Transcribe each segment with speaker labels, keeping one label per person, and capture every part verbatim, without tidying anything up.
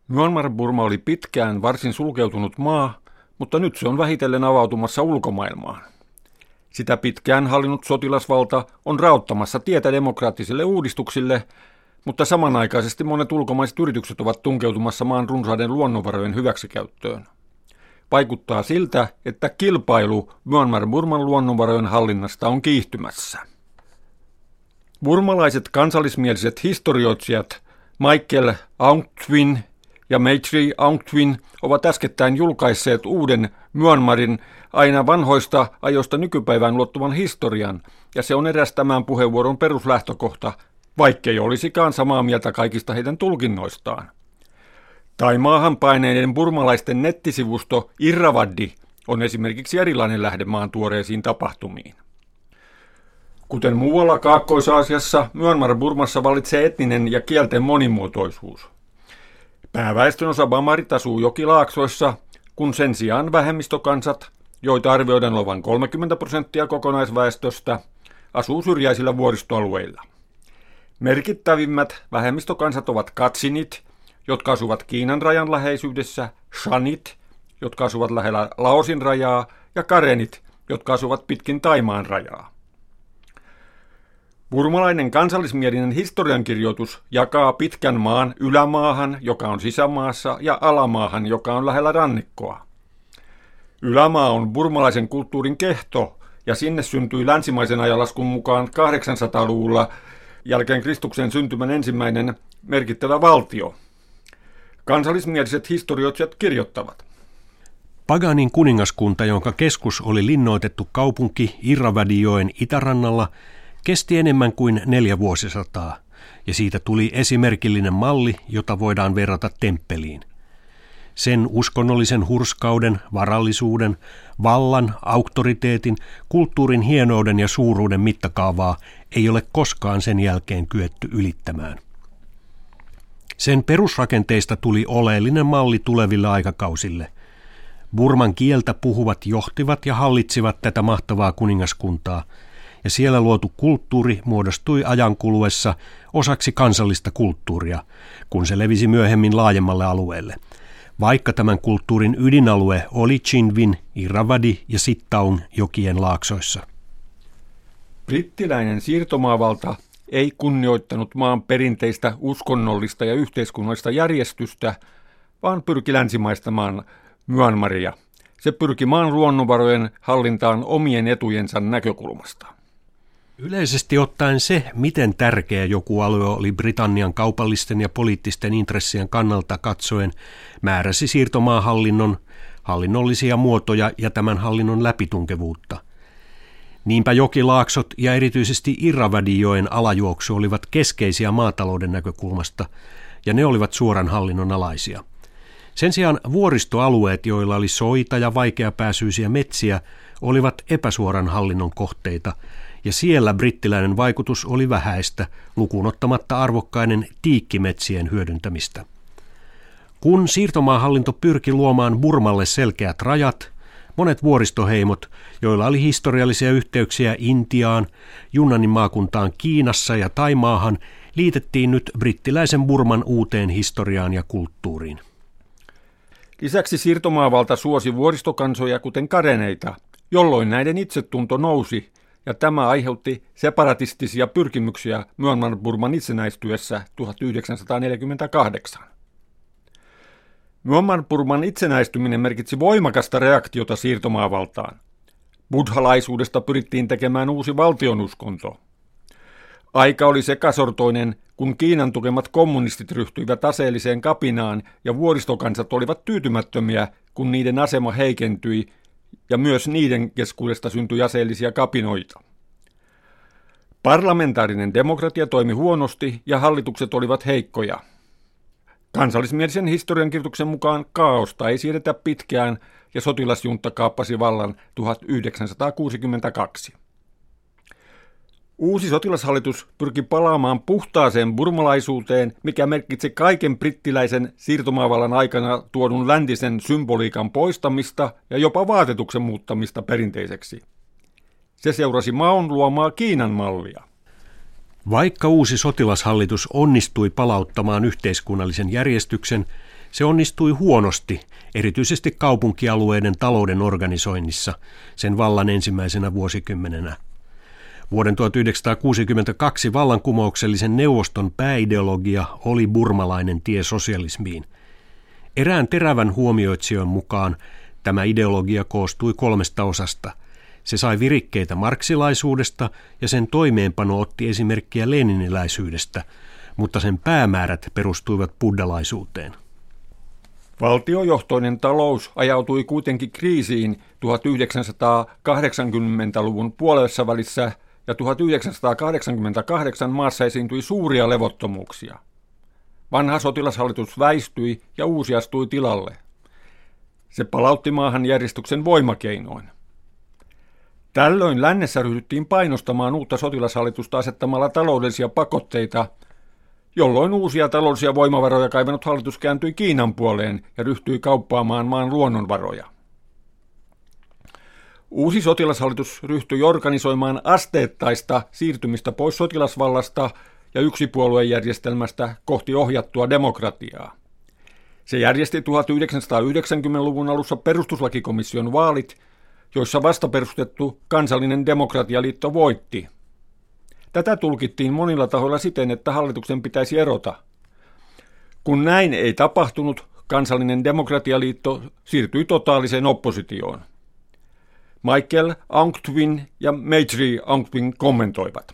Speaker 1: Myanmar-Burma oli pitkään varsin sulkeutunut maa, mutta nyt se on vähitellen avautumassa ulkomaailmaan. Sitä pitkään hallinnut sotilasvalta on raottamassa tietä demokraattisille uudistuksille, mutta samanaikaisesti monet ulkomaiset yritykset ovat tunkeutumassa maan runsaiden luonnonvarojen hyväksikäyttöön. Vaikuttaa siltä, että kilpailu Myanmar-Burman luonnonvarojen hallinnasta on kiihtymässä. Burmalaiset kansallismieliset historioitsijat Michael Aung-Twin ja Maitri Aung-Twin ovat äskettäin julkaisseet uuden Myanmarin aina vanhoista ajoista nykypäivään luottuvan historian, ja se on eräs tämän puheenvuoron peruslähtökohta, vaikkei olisikaan samaa mieltä kaikista heidän tulkinnoistaan. Tai maahan paineiden burmalaisten nettisivusto Irrawaddy on esimerkiksi erilainen lähde maan tuoreisiin tapahtumiin. Kuten muualla Kaakkois-Aasiassa, Myanmar-Burmassa vallitsee etninen ja kielten monimuotoisuus. Pääväestön osa bamarit asuu jokilaaksoissa, kun sen sijaan vähemmistökansat, joita arvioidaan olevan kolmekymmentä prosenttia kokonaisväestöstä, asuu syrjäisillä vuoristoalueilla. Merkittävimmät vähemmistökansat ovat Katsinit, jotka asuvat Kiinan rajan läheisyydessä, Shanit, jotka asuvat lähellä Laosin rajaa, ja Karenit, jotka asuvat pitkin Thaimaan rajaa. Burmalainen kansallismielinen historiankirjoitus jakaa pitkän maan ylämaahan, joka on sisämaassa, ja alamaahan, joka on lähellä rannikkoa. Ylämaa on burmalaisen kulttuurin kehto, ja sinne syntyi länsimaisen ajanlaskun mukaan kahdeksansataaluvulla jälkeen Kristuksen syntymän ensimmäinen merkittävä valtio. Kansallismieliset historioitsijat kirjoittavat.
Speaker 2: Paganin kuningaskunta, jonka keskus oli linnoitettu kaupunki Irrawaddyjoen itärannalla, kesti enemmän kuin neljä vuosisataa, ja siitä tuli esimerkillinen malli, jota voidaan verrata temppeliin. Sen uskonnollisen hurskauden, varallisuuden, vallan, auktoriteetin, kulttuurin hienouden ja suuruuden mittakaavaa ei ole koskaan sen jälkeen kyetty ylittämään. Sen perusrakenteista tuli oleellinen malli tuleville aikakausille. Burman kieltä puhuvat johtivat ja hallitsivat tätä mahtavaa kuningaskuntaa, ja siellä luotu kulttuuri muodostui ajan kuluessa osaksi kansallista kulttuuria, kun se levisi myöhemmin laajemmalle alueelle, vaikka tämän kulttuurin ydinalue oli Chinwin, Irrawaddy ja Sittaung jokien laaksoissa.
Speaker 1: Brittiläinen siirtomaavalta ei kunnioittanut maan perinteistä uskonnollista ja yhteiskunnallista järjestystä, vaan pyrki länsimaistamaan Myanmaria. Se pyrki maan luonnonvarojen hallintaan omien etujensa näkökulmasta.
Speaker 2: Yleisesti ottaen se, miten tärkeä joku alue oli Britannian kaupallisten ja poliittisten intressien kannalta katsoen, määräsi siirtomaahallinnon, hallinnollisia muotoja ja tämän hallinnon läpitunkevuutta. Niinpä jokilaaksot ja erityisesti Irrawaddyjoen alajuoksu olivat keskeisiä maatalouden näkökulmasta, ja ne olivat suoran hallinnon alaisia. Sen sijaan vuoristoalueet, joilla oli soita ja vaikeapääsyisiä metsiä, olivat epäsuoran hallinnon kohteita, ja siellä brittiläinen vaikutus oli vähäistä, lukuun ottamatta arvokkaiden tiikkimetsien hyödyntämistä. Kun siirtomaahallinto pyrki luomaan Burmalle selkeät rajat, monet vuoristoheimot, joilla oli historiallisia yhteyksiä Intiaan, Yunnanin maakuntaan Kiinassa ja Taimaahan, liitettiin nyt brittiläisen Burman uuteen historiaan ja kulttuuriin.
Speaker 1: Lisäksi siirtomaavalta suosi vuoristokansoja kuten kareneita, jolloin näiden itsetunto nousi, ja tämä aiheutti separatistisia pyrkimyksiä Myanmar-Burman itsenäistyessä tuhatyhdeksänsataaneljäkymmentäkahdeksan. Myanmar-Burman itsenäistyminen merkitsi voimakasta reaktiota siirtomaavaltaan. Buddhalaisuudesta pyrittiin tekemään uusi valtionuskonto. Aika oli sekasortoinen, kun Kiinan tukemat kommunistit ryhtyivät aseelliseen kapinaan ja vuoristokansat olivat tyytymättömiä, kun niiden asema heikentyi ja myös niiden keskuudesta syntyi aseellisia kapinoita. Parlamentaarinen demokratia toimi huonosti ja hallitukset olivat heikkoja. Kansallismielisen historiankirjoituksen mukaan kaaosta ei siedetä pitkään ja sotilasjunta kaappasi vallan tuhatyhdeksänsataakuusikymmentäkaksi. Uusi sotilashallitus pyrki palaamaan puhtaaseen burmalaisuuteen, mikä merkitsi kaiken brittiläisen siirtomaavallan aikana tuodun läntisen symboliikan poistamista ja jopa vaatetuksen muuttamista perinteiseksi. Se seurasi Maon luomaa Kiinan mallia.
Speaker 2: Vaikka uusi sotilashallitus onnistui palauttamaan yhteiskunnallisen järjestyksen, Se onnistui huonosti, erityisesti kaupunkialueiden talouden organisoinnissa sen vallan ensimmäisenä vuosikymmenenä. Vuoden tuhatyhdeksänsataakuusikymmentäkaksi vallankumouksellisen neuvoston pääideologia oli burmalainen tie sosialismiin. Erään terävän huomioitsijan mukaan tämä ideologia koostui kolmesta osasta. Se sai virikkeitä marksilaisuudesta ja sen toimeenpano otti esimerkkiä leniniläisyydestä, mutta sen päämäärät perustuivat buddhalaisuuteen.
Speaker 1: Valtiojohtoinen talous ajautui kuitenkin kriisiin tuhatyhdeksänsataakahdeksankymmentäluvun puolessa välissä ja tuhatyhdeksänsataakahdeksankymmentäkahdeksan maassa esiintyi suuria levottomuuksia. Vanha sotilashallitus väistyi ja uusi astui tilalle. Se palautti maahan järjestyksen voimakeinoin. Tällöin lännessä ryhdyttiin painostamaan uutta sotilashallitusta asettamalla taloudellisia pakotteita, jolloin uusia taloudellisia voimavaroja kaivanut hallitus kääntyi Kiinan puoleen ja ryhtyi kauppaamaan maan luonnonvaroja. Uusi sotilashallitus ryhtyi organisoimaan asteittaista siirtymistä pois sotilasvallasta ja yksipuoluejärjestelmästä kohti ohjattua demokratiaa. Se järjesti tuhatyhdeksänsataayhdeksänkymmentäluvun alussa perustuslakikomission vaalit, joissa vastaperustettu Kansallinen demokratialiitto voitti. Tätä tulkittiin monilla tahoilla siten, että hallituksen pitäisi erota. Kun näin ei tapahtunut, Kansallinen demokratialiitto siirtyi totaaliseen oppositioon. Michael Aung Twin ja Maitri Aung Twin kommentoivat.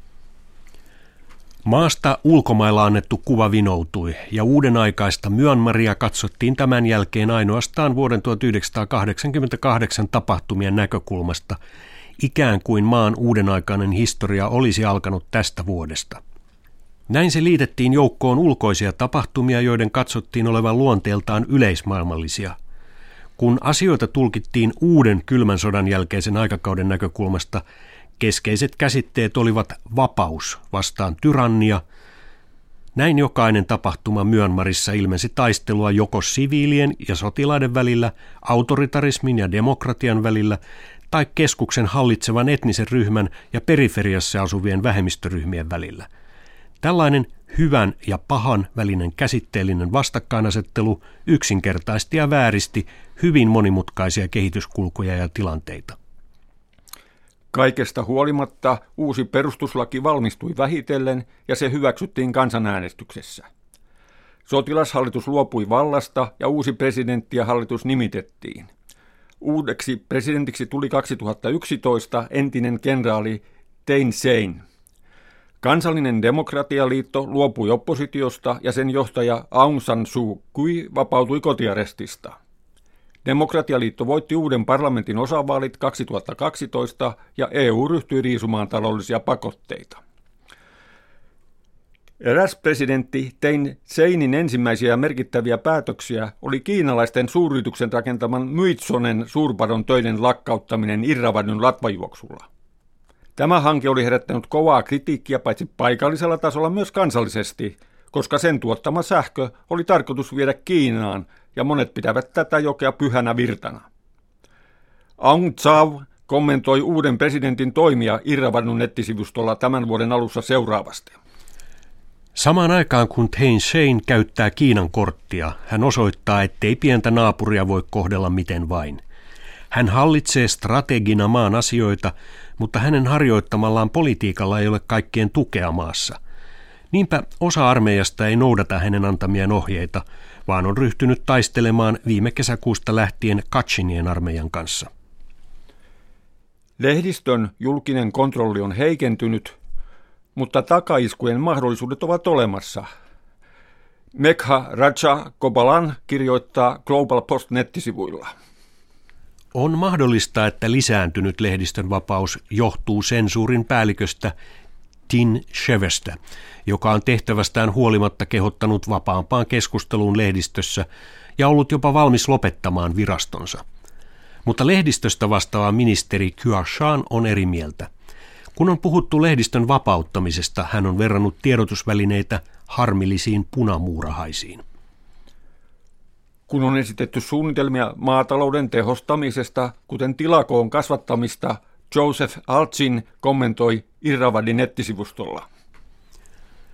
Speaker 2: Maasta ulkomailla annettu kuva vinoutui ja uuden aikaista Myanmaria katsottiin tämän jälkeen ainoastaan vuoden tuhatyhdeksänsataakahdeksankymmentäkahdeksan tapahtumien näkökulmasta, ikään kuin maan uudenaikainen historia olisi alkanut tästä vuodesta. Näin se liitettiin joukkoon ulkoisia tapahtumia, joiden katsottiin olevan luonteeltaan yleismaailmallisia. Kun asioita tulkittiin uuden kylmän sodan jälkeisen aikakauden näkökulmasta, keskeiset käsitteet olivat vapaus vastaan tyrannia. Näin jokainen tapahtuma Myanmarissa ilmensi taistelua joko siviilien ja sotilaiden välillä, autoritarismin ja demokratian välillä, tai keskuksen hallitsevan etnisen ryhmän ja periferiassa asuvien vähemmistöryhmien välillä. Tällainen hyvän ja pahan välinen käsitteellinen vastakkainasettelu yksinkertaisti ja vääristi hyvin monimutkaisia kehityskulkuja ja tilanteita.
Speaker 1: Kaikesta huolimatta uusi perustuslaki valmistui vähitellen ja se hyväksyttiin kansanäänestyksessä. Sotilashallitus luopui vallasta ja uusi presidentti ja hallitus nimitettiin. Uudeksi presidentiksi tuli kaksituhattayksitoista entinen kenraali Thein Sein. Kansallinen demokratialiitto luopui oppositiosta ja sen johtaja Aung San Suu Kyi vapautui kotiarestista. Demokratialiitto voitti uuden parlamentin osavaalit kaksituhattakaksitoista ja E U ryhtyi riisumaan taloudellisia pakotteita. Eräs presidentti Thein Seinin ensimmäisiä merkittäviä päätöksiä oli kiinalaisten suuryrityksen rakentaman Myitsonen suurpadon töiden lakkauttaminen Irrawadyn latvajuoksulla. Tämä hanke oli herättänyt kovaa kritiikkiä paitsi paikallisella tasolla myös kansallisesti, koska sen tuottama sähkö oli tarkoitus viedä Kiinaan ja monet pitävät tätä jokea pyhänä virtana. Aung Zaw kommentoi uuden presidentin toimia Irrawadyn nettisivustolla tämän vuoden alussa seuraavasti.
Speaker 2: Samaan aikaan kun Thein Sein käyttää Kiinan korttia, hän osoittaa, ettei pientä naapuria voi kohdella miten vain. Hän hallitsee strategina maan asioita, mutta hänen harjoittamallaan politiikalla ei ole kaikkien tukea maassa. Niinpä osa armeijasta ei noudata hänen antamiaan ohjeita, vaan on ryhtynyt taistelemaan viime kesäkuusta lähtien Kachinien armeijan kanssa.
Speaker 1: Lehdistön julkinen kontrolli on heikentynyt, mutta takaiskujen mahdollisuudet ovat olemassa. Megha Raja Gopalan kirjoittaa Global Post-nettisivuilla.
Speaker 2: On mahdollista, että lisääntynyt lehdistön vapaus johtuu sensuurin päälliköstä Tin Shevestä, joka on tehtävästään huolimatta kehottanut vapaampaan keskusteluun lehdistössä ja ollut jopa valmis lopettamaan virastonsa. Mutta lehdistöstä vastaava ministeri Kua Shan on eri mieltä. Kun on puhuttu lehdistön vapauttamisesta, hän on verrannut tiedotusvälineitä harmillisiin punamuurahaisiin.
Speaker 1: Kun on esitetty suunnitelmia maatalouden tehostamisesta, kuten tilakoon kasvattamista, Joseph Alcin kommentoi Irrawadyn nettisivustolla.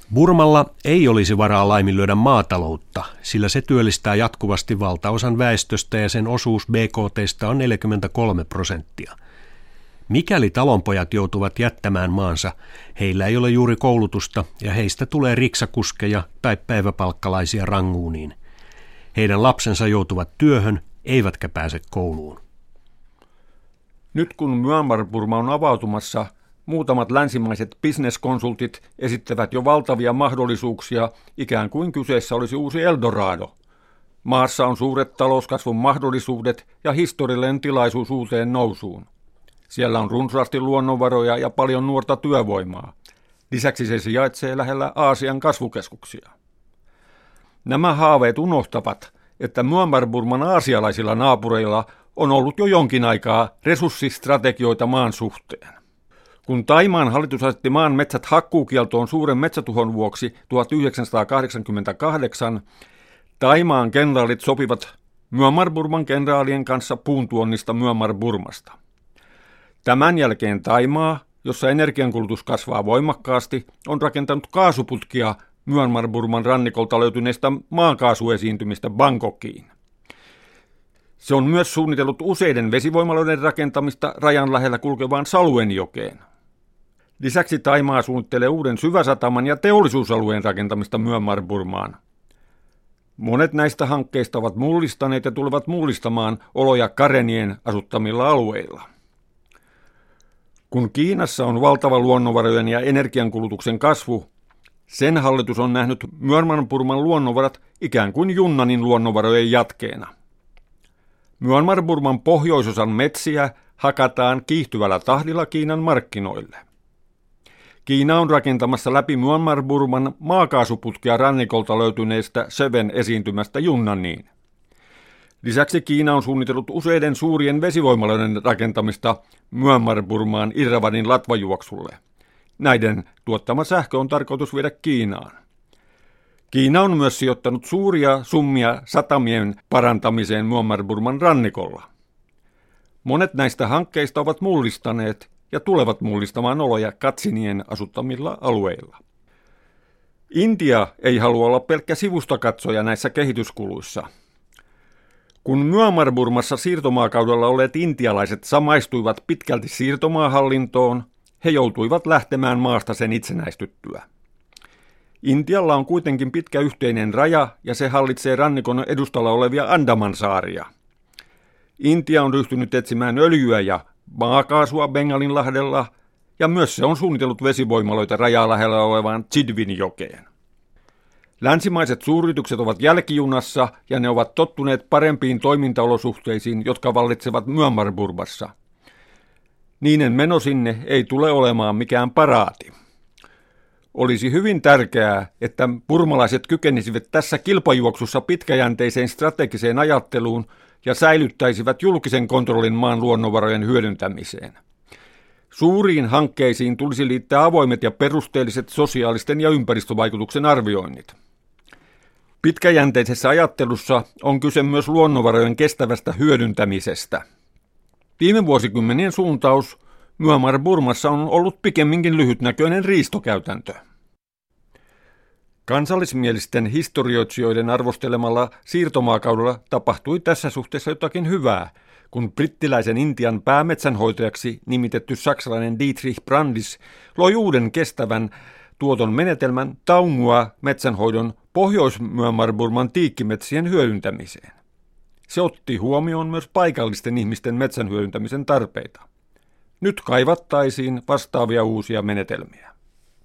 Speaker 2: Burmalla ei olisi varaa laiminlyödä maataloutta, sillä se työllistää jatkuvasti valtaosan väestöstä ja sen osuus B K T:stä on neljäkymmentäkolme prosenttia. Mikäli talonpojat joutuvat jättämään maansa, heillä ei ole juuri koulutusta ja heistä tulee riksakuskeja tai päiväpalkkalaisia ranguuniin. Heidän lapsensa joutuvat työhön, eivätkä pääse kouluun.
Speaker 1: Nyt kun Myanmar-Burma on avautumassa, muutamat länsimaiset bisneskonsultit esittävät jo valtavia mahdollisuuksia, ikään kuin kyseessä olisi uusi Eldorado. Maassa on suuret talouskasvun mahdollisuudet ja historiallinen tilaisuus uuteen nousuun. Siellä on runsaasti luonnonvaroja ja paljon nuorta työvoimaa. Lisäksi se sijaitsee lähellä Aasian kasvukeskuksia. Nämä haaveet unohtavat, että Myanmar-Burman aasialaisilla naapureilla on ollut jo jonkin aikaa resurssistrategioita maan suhteen. Kun Thaimaan hallitus asetti maan metsät hakkuukieltoon suuren metsätuhon vuoksi tuhatyhdeksänsataakahdeksankymmentäkahdeksan, Thaimaan kenraalit sopivat Myanmar-Burman kenraalien kanssa puuntuonnista Myanmar-Burmasta. Tämän jälkeen Thaimaa, jossa energiankulutus kasvaa voimakkaasti, on rakentanut kaasuputkia Myanmar-Burman rannikolta löytyneistä maakaasuesiintymistä Bangkokiin. Se on myös suunnitellut useiden vesivoimaloiden rakentamista rajan lähellä kulkevaan Saluenjokeen. Lisäksi Thaimaa suunnittelee uuden syväsataman ja teollisuusalueen rakentamista Myanmar-Burmaan. Monet näistä hankkeista ovat mullistaneet ja tulevat mullistamaan oloja Karenien asuttamilla alueilla. Kun Kiinassa on valtava luonnonvarojen ja energiankulutuksen kasvu, sen hallitus on nähnyt Myanmar-Burman luonnonvarat ikään kuin Yunnanin luonnonvarojen jatkeena. Myanmar-Burman pohjoisosan metsiä hakataan kiihtyvällä tahdilla Kiinan markkinoille. Kiina on rakentamassa läpi Myanmar-Burman maakaasuputkea rannikolta löytyneestä Seven esiintymästä Yunnaniin. Lisäksi Kiina on suunnitellut useiden suurien vesivoimaloiden rakentamista Myanmar-Burmaan Irrawadin latvajuoksulle. Näiden tuottama sähkö on tarkoitus viedä Kiinaan. Kiina on myös sijoittanut suuria summia satamien parantamiseen Myanmar-Burman rannikolla. Monet näistä hankkeista ovat mullistaneet ja tulevat mullistamaan oloja Katsinien asuttamilla alueilla. Intia ei halua olla pelkkä sivustakatsoja näissä kehityskuluissa. Kun Myanmar-Burmassa siirtomaakaudella olleet intialaiset samaistuivat pitkälti siirtomaahallintoon, he joutuivat lähtemään maasta sen itsenäistyttyä. Intialla on kuitenkin pitkä yhteinen raja ja se hallitsee rannikon edustalla olevia Andamansaaria. Intia on ryhtynyt etsimään öljyä ja maakaasua Bengalinlahdella ja myös se on suunnitellut vesivoimaloita rajaa lähellä olevaan Chidwin-jokeen. Länsimaiset suuryritykset ovat jälkijunassa ja ne ovat tottuneet parempiin toimintaolosuhteisiin, jotka vallitsevat Myanmar-Burmassa. Niiden meno sinne ei tule olemaan mikään paraati. Olisi hyvin tärkeää, että burmalaiset kykenisivät tässä kilpajuoksussa pitkäjänteiseen strategiseen ajatteluun ja säilyttäisivät julkisen kontrollin maan luonnonvarojen hyödyntämiseen. Suuriin hankkeisiin tulisi liittää avoimet ja perusteelliset sosiaalisten ja ympäristövaikutuksen arvioinnit. Pitkäjänteisessä ajattelussa on kyse myös luonnonvarojen kestävästä hyödyntämisestä. Viime vuosikymmenien suuntaus Myanmar-Burmassa on ollut pikemminkin lyhytnäköinen riistokäytäntö. Kansallismielisten historioitsijoiden arvostelemalla siirtomaakaudella tapahtui tässä suhteessa jotakin hyvää, kun brittiläisen Intian päämetsänhoitajaksi nimitetty saksalainen Dietrich Brandis loi uuden kestävän tuoton menetelmän taungua metsänhoidon Pohjois-Myanmar-Burman tiikkimetsien hyödyntämiseen. Se otti huomioon myös paikallisten ihmisten metsän hyödyntämisen tarpeita. Nyt kaivattaisiin vastaavia uusia menetelmiä.